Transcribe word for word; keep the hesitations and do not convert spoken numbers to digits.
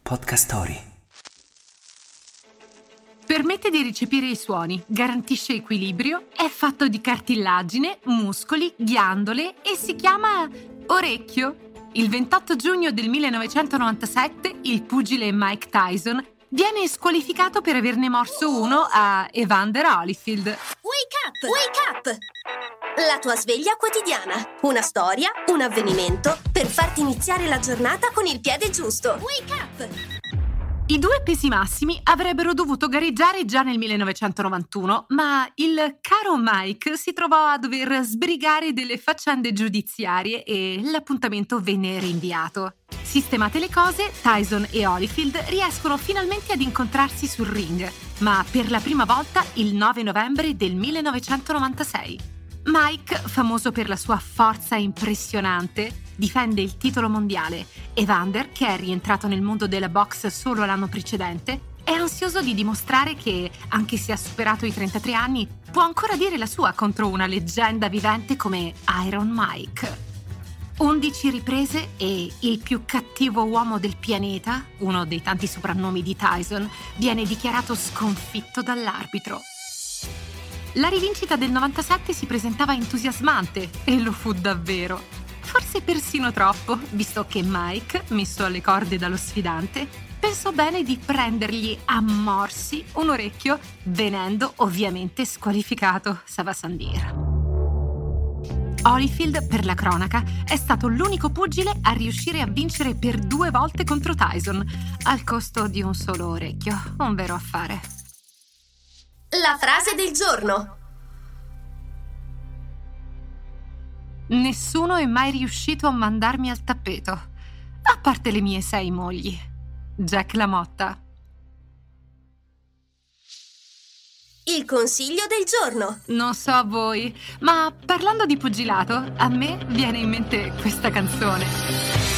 Podcast Story. Permette di recepire i suoni, garantisce equilibrio, è fatto di cartilagine, muscoli, ghiandole e si chiama orecchio. Il ventotto giugno del millenovecentonovantasette il pugile Mike Tyson viene squalificato per averne morso uno a Evander Holyfield. Wake up! Wake up! La tua sveglia quotidiana. Una storia, un avvenimento per farti iniziare la giornata con il piede giusto. Wake up! I due pesi massimi avrebbero dovuto gareggiare già nel millenovecentonovantuno, ma il caro Mike si trovò a dover sbrigare delle faccende giudiziarie e l'appuntamento venne rinviato. Sistemate le cose, Tyson e Holyfield riescono finalmente ad incontrarsi sul ring, ma per la prima volta il nove novembre del millenovecentonovantasei. Mike, famoso per la sua forza impressionante, difende il titolo mondiale. Evander, che è rientrato nel mondo della boxe solo l'anno precedente, è ansioso di dimostrare che, anche se ha superato i trentatré anni, può ancora dire la sua contro una leggenda vivente come Iron Mike. undici riprese e il più cattivo uomo del pianeta, uno dei tanti soprannomi di Tyson, viene dichiarato sconfitto dall'arbitro. La rivincita del novantasette si presentava entusiasmante e lo fu davvero. Forse persino troppo, visto che Mike, messo alle corde dallo sfidante, pensò bene di prendergli a morsi un orecchio, venendo ovviamente squalificato, ça va sans dire. Holyfield, per la cronaca, è stato l'unico pugile a riuscire a vincere per due volte contro Tyson, al costo di un solo orecchio, un vero affare. La frase del giorno. Nessuno è mai riuscito a mandarmi al tappeto, a parte le mie sei mogli. Jack LaMotta. Il consiglio del giorno. Non so a voi, ma parlando di pugilato, a me viene in mente questa canzone.